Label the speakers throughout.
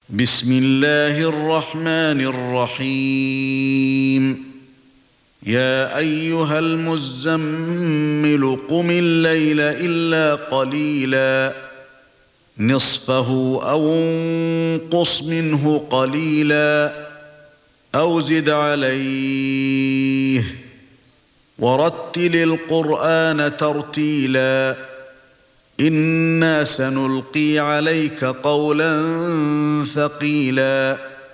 Speaker 1: بسم الله الرحمن الرحيم يا أيها المزمل قم الليل إلا قليلا نصفه أو انقص منه قليلا أو زد عليه ورتل القرآن ترتيلا إنا سنلقي عليك قولا ثقيلا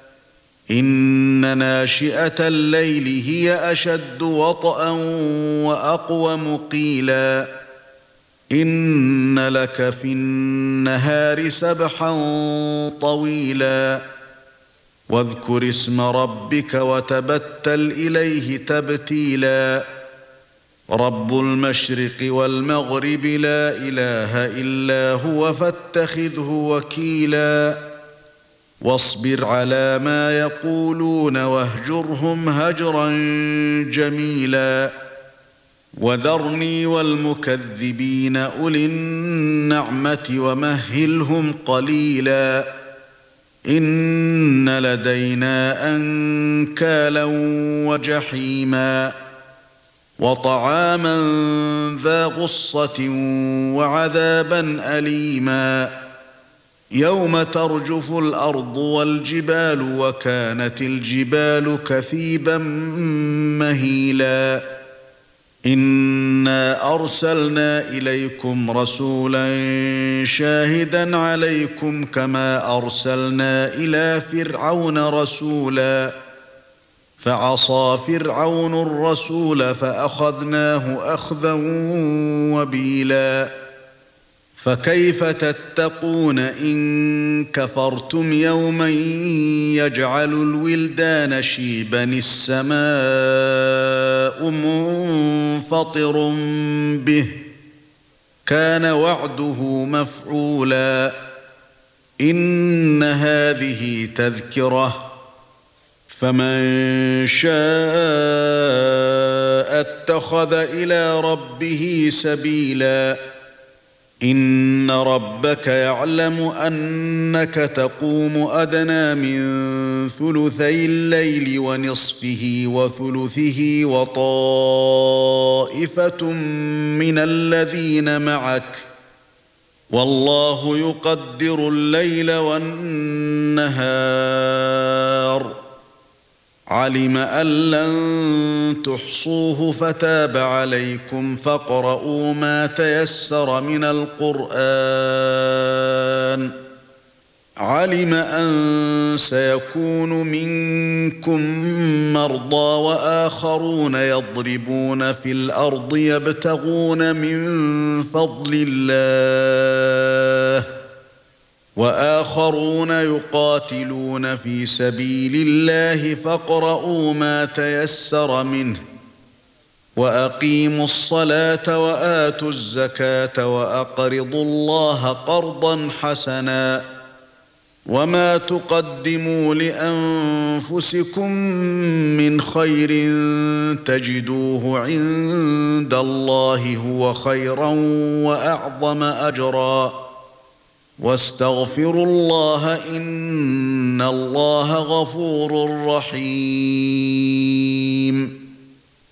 Speaker 1: إن ناشئة الليل هي أشد وطئا وأقوم قيلا إن لك في النهار سبحا طويلا واذكر اسم ربك وتبتل إليه تبتيلا رب المشرق والمغرب لا إله إلا هو فاتخذه وكيلا واصبر على ما يقولون واهجرهم هجرا جميلا وذرني والمكذبين أولي النعمة ومهلهم قليلا إن لدينا أنكالا وجحيما وطعاما ذا غصة وعذابا أليما يوم ترجف الأرض والجبال وكانت الجبال كثيبا مهيلا إنا أرسلنا إليكم رسولا شاهدا عليكم كما أرسلنا إلى فرعون رسولا فعصى فرعون الرسول فأخذناه أخذا وبيلا فكيف تتقون إن كفرتم يوما يجعل الولدان شيبا السماء منفطر به كان وعده مفعولا إن هذه تذكرة فمن شاء اتخذ إلى ربه سبيلا إن ربك يعلم أنك تقوم أدنى من ثلثي الليل ونصفه وثلثه وطائفة من الذين معك والله يقدر الليل والنهار علم أن لن تحصوه فتاب عليكم فاقرؤوا ما تيسر من القرآن علم أن سيكون منكم مرضى وآخرون يضربون في الأرض يبتغون من فضل الله وآخرون يقاتلون في سبيل الله فاقرؤوا ما تيسر منه وأقيموا الصلاة وآتوا الزكاة وأقرضوا الله قرضا حسنا وما تقدموا لأنفسكم من خير تجدوه عند الله هو خيرا وأعظم أجرا واستغفروا الله إن الله غفور رحيم